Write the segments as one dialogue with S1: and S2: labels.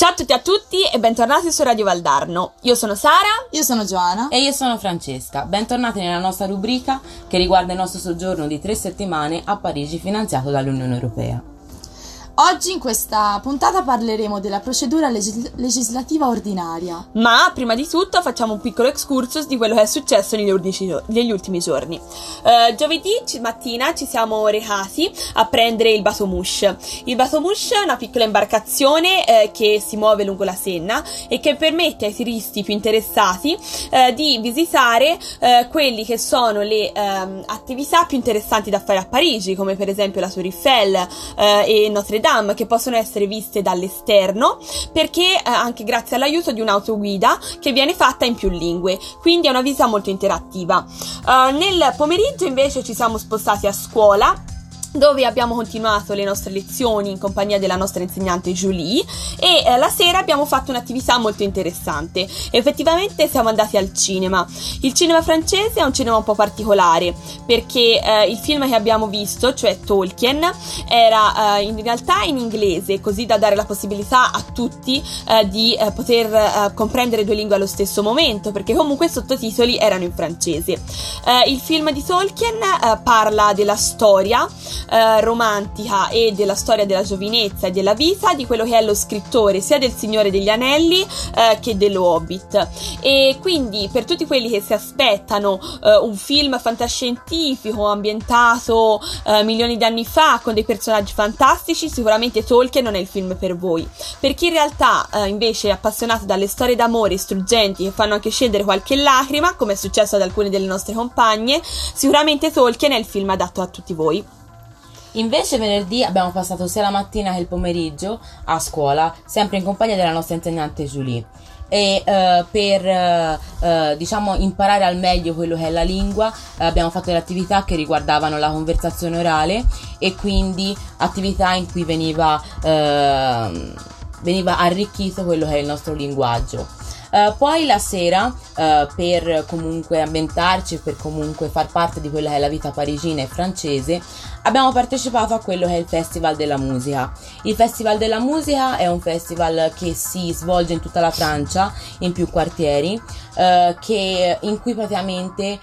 S1: Ciao a tutti e a tutti e bentornati su Radio Valdarno. Io sono Sara.
S2: Io sono Giovanna.
S3: E io sono Francesca. Bentornati nella nostra rubrica che riguarda il nostro soggiorno di 3 settimane a Parigi finanziato dall'Unione Europea.
S2: Oggi in questa puntata parleremo della procedura legislativa ordinaria.
S1: Ma prima di tutto facciamo un piccolo excursus di quello che è successo negli ultimi giorni. Giovedì mattina ci siamo recati a prendere il Bateau-Mouche. Il Bateau-Mouche è una piccola imbarcazione che si muove lungo la Senna e che permette ai turisti più interessati di visitare quelli che sono le attività più interessanti da fare a Parigi, come per esempio la Tour Eiffel e Notre Dame, che possono essere viste dall'esterno, perché anche grazie all'aiuto di un'autoguida che viene fatta in più lingue, quindi è una visita molto interattiva. Nel pomeriggio invece ci siamo spostati a scuola, dove abbiamo continuato le nostre lezioni in compagnia della nostra insegnante Julie e la sera abbiamo fatto un'attività molto interessante. Effettivamente siamo andati al cinema. Il cinema francese è un cinema un po' particolare perché il film che abbiamo visto, cioè Tolkien, era in realtà in inglese, così da dare la possibilità a tutti di poter comprendere due lingue allo stesso momento, perché comunque i sottotitoli erano in francese. Il film di Tolkien parla della storia romantica e della storia della giovinezza e della vita di quello che è lo scrittore sia del Signore degli Anelli che dello Hobbit, e quindi per tutti quelli che si aspettano un film fantascientifico ambientato milioni di anni fa con dei personaggi fantastici, sicuramente Tolkien non è il film per voi. Per chi in realtà invece è appassionato dalle storie d'amore struggenti che fanno anche scendere qualche lacrima, come è successo ad alcune delle nostre compagne, sicuramente Tolkien è il film adatto a tutti voi.
S3: Invece venerdì abbiamo passato sia la mattina che il pomeriggio a scuola, sempre in compagnia della nostra insegnante Julie. E per diciamo imparare al meglio quello che è la lingua, abbiamo fatto delle attività che riguardavano la conversazione orale e quindi attività in cui veniva arricchito quello che è il nostro linguaggio. Poi la sera, per comunque ambientarci, per comunque far parte di quella che è la vita parigina e francese, abbiamo partecipato a quello che è il Festival della Musica. Il Festival della Musica è un festival che si svolge in tutta la Francia, in più quartieri, in cui praticamente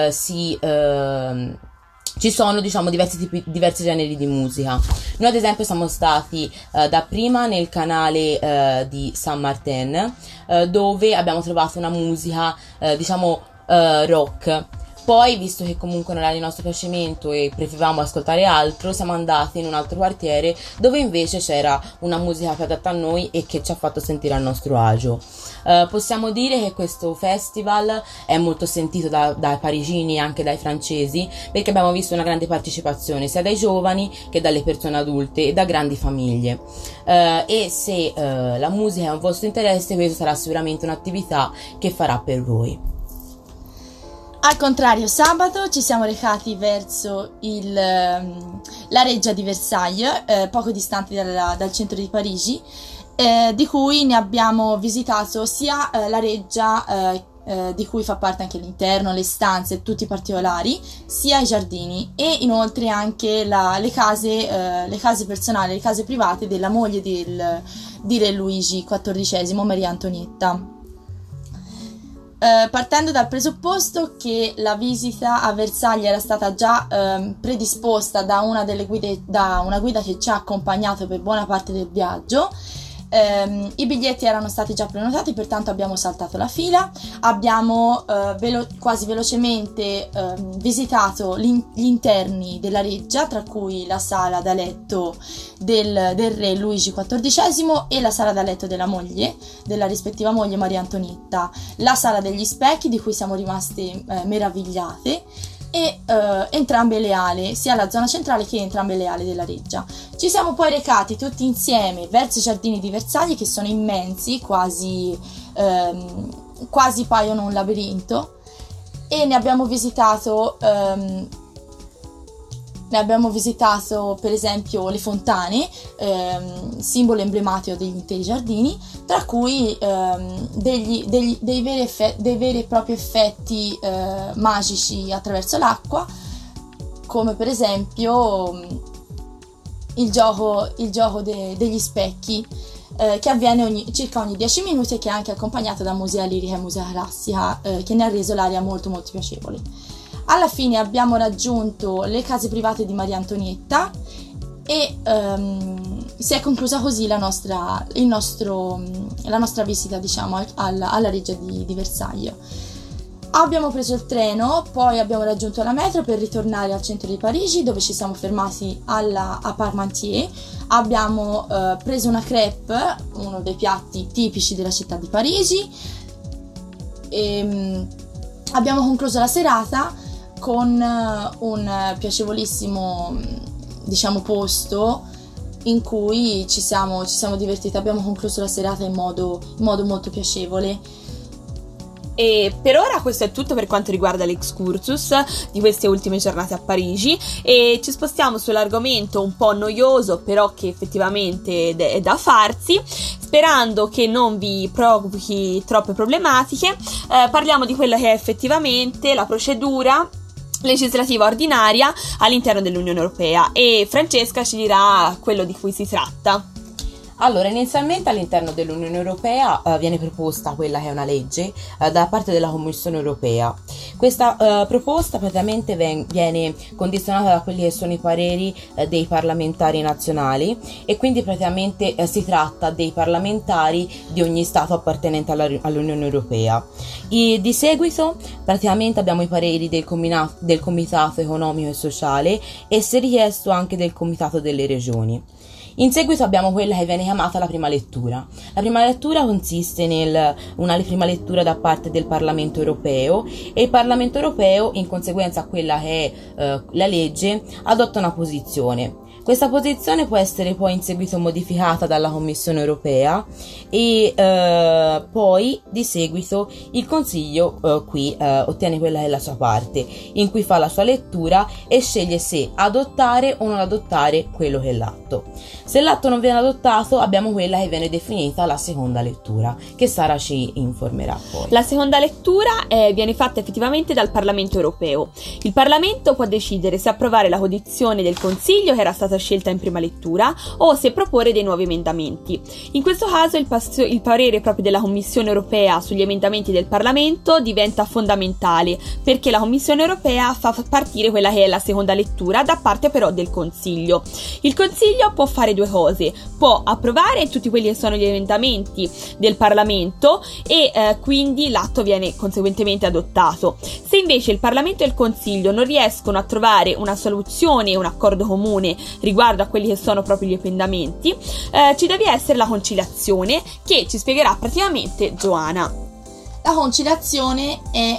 S3: ci sono, diciamo, diversi generi di musica. Noi ad esempio siamo stati dapprima nel canale di Saint-Martin, dove abbiamo trovato una musica rock. Poi, visto che comunque non era il nostro piacimento e preferivamo ascoltare altro, siamo andati in un altro quartiere dove invece c'era una musica più adatta a noi e che ci ha fatto sentire al nostro agio. Possiamo dire che questo festival è molto sentito dai parigini e anche dai francesi, perché abbiamo visto una grande partecipazione sia dai giovani che dalle persone adulte e da grandi famiglie. E se la musica è un vostro interesse, questa sarà sicuramente un'attività che farà per voi.
S2: Al contrario, sabato ci siamo recati verso la reggia di Versailles, poco distante dal centro di Parigi, di cui ne abbiamo visitato sia la reggia di cui fa parte anche l'interno, le stanze, tutti i particolari, sia i giardini, e inoltre anche le case personali, le case private della moglie di Re Luigi XIV, Maria Antonietta. Partendo dal presupposto che la visita a Versailles era stata già predisposta da una guida che ci ha accompagnato per buona parte del viaggio, i biglietti erano stati già prenotati, pertanto abbiamo saltato la fila, abbiamo quasi velocemente visitato gli interni della reggia, tra cui la sala da letto del re Luigi XIV e la sala da letto della rispettiva moglie Maria Antonietta, la sala degli specchi, di cui siamo rimaste meravigliate, e entrambe le ali, sia la zona centrale che entrambe le ali della reggia. Ci siamo poi recati tutti insieme verso i giardini di Versailles, che sono immensi, quasi paiono un labirinto, e ne abbiamo visitato per esempio le fontane, simbolo emblematico degli interi giardini, tra cui dei veri e propri effetti magici attraverso l'acqua, come per esempio il gioco degli specchi, che avviene circa ogni 10 minuti e che è anche accompagnata da musica lirica e musica classica, che ne ha reso l'area molto molto piacevole. Alla fine abbiamo raggiunto le case private di Maria Antonietta e si è conclusa così la nostra visita, diciamo, alla reggia di Versailles. Abbiamo preso il treno, poi abbiamo raggiunto la metro per ritornare al centro di Parigi, dove ci siamo fermati a Parmentier. Abbiamo preso una crêpe, uno dei piatti tipici della città di Parigi, e abbiamo concluso la serata con un piacevolissimo, diciamo, posto in cui ci siamo divertiti. Abbiamo concluso la serata in modo molto piacevole.
S1: E per ora questo è tutto per quanto riguarda l'excursus di queste ultime giornate a Parigi, e ci spostiamo sull'argomento un po' noioso, però che effettivamente è da farsi, sperando che non vi provochi troppe problematiche. Parliamo di quella che è effettivamente la procedura legislativa ordinaria all'interno dell'Unione Europea, e Francesca ci dirà quello di cui si tratta.
S3: Allora, inizialmente all'interno dell'Unione Europea viene proposta quella che è una legge da parte della Commissione Europea. Questa proposta praticamente viene condizionata da quelli che sono i pareri dei parlamentari nazionali, e quindi praticamente si tratta dei parlamentari di ogni Stato appartenente all'Unione Europea. Di seguito praticamente abbiamo i pareri del Comitato Economico e Sociale, e se richiesto anche del Comitato delle Regioni. In seguito abbiamo quella che viene chiamata la prima lettura. La prima lettura consiste in una prima lettura da parte del Parlamento Europeo, e il Parlamento Europeo, in conseguenza a quella che è la legge, adotta una posizione. Questa posizione può essere poi in seguito modificata dalla Commissione Europea, e poi di seguito il Consiglio ottiene quella che è la sua parte, in cui fa la sua lettura e sceglie se adottare o non adottare quello che è l'atto. Se l'atto non viene adottato, abbiamo quella che viene definita la seconda lettura, che Sara ci informerà poi.
S1: La seconda lettura viene fatta effettivamente dal Parlamento Europeo. Il Parlamento può decidere se approvare la posizione del Consiglio, che era stata scelta in prima lettura, o se proporre dei nuovi emendamenti. In questo caso il parere proprio della Commissione Europea sugli emendamenti del Parlamento diventa fondamentale, perché la Commissione Europea fa partire quella che è la seconda lettura da parte però del Consiglio. Il Consiglio può fare due cose: può approvare tutti quelli che sono gli emendamenti del Parlamento, e quindi l'atto viene conseguentemente adottato. Se invece il Parlamento e il Consiglio non riescono a trovare una soluzione, un accordo comune riguardo a quelli che sono proprio gli emendamenti, ci deve essere la conciliazione, che ci spiegherà praticamente Gioana.
S2: La conciliazione è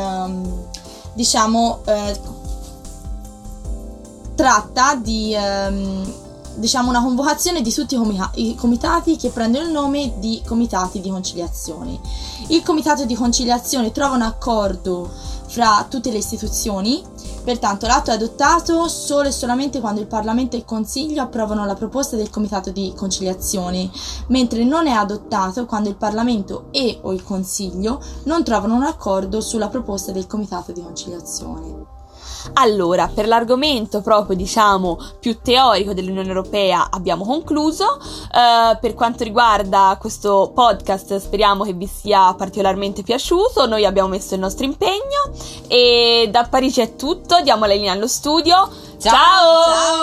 S2: tratta di una convocazione di tutti i comitati che prendono il nome di comitati di conciliazione. Il comitato di conciliazione trova un accordo fra tutte le istituzioni, pertanto l'atto è adottato solo e solamente quando il Parlamento e il Consiglio approvano la proposta del comitato di conciliazione, mentre non è adottato quando il Parlamento o il Consiglio non trovano un accordo sulla proposta del comitato di conciliazione.
S1: Allora, per l'argomento proprio più teorico dell'Unione Europea abbiamo concluso. Per quanto riguarda questo podcast, speriamo che vi sia particolarmente piaciuto. Noi abbiamo messo il nostro impegno, e da Parigi è tutto. Diamo la linea allo studio. Ciao!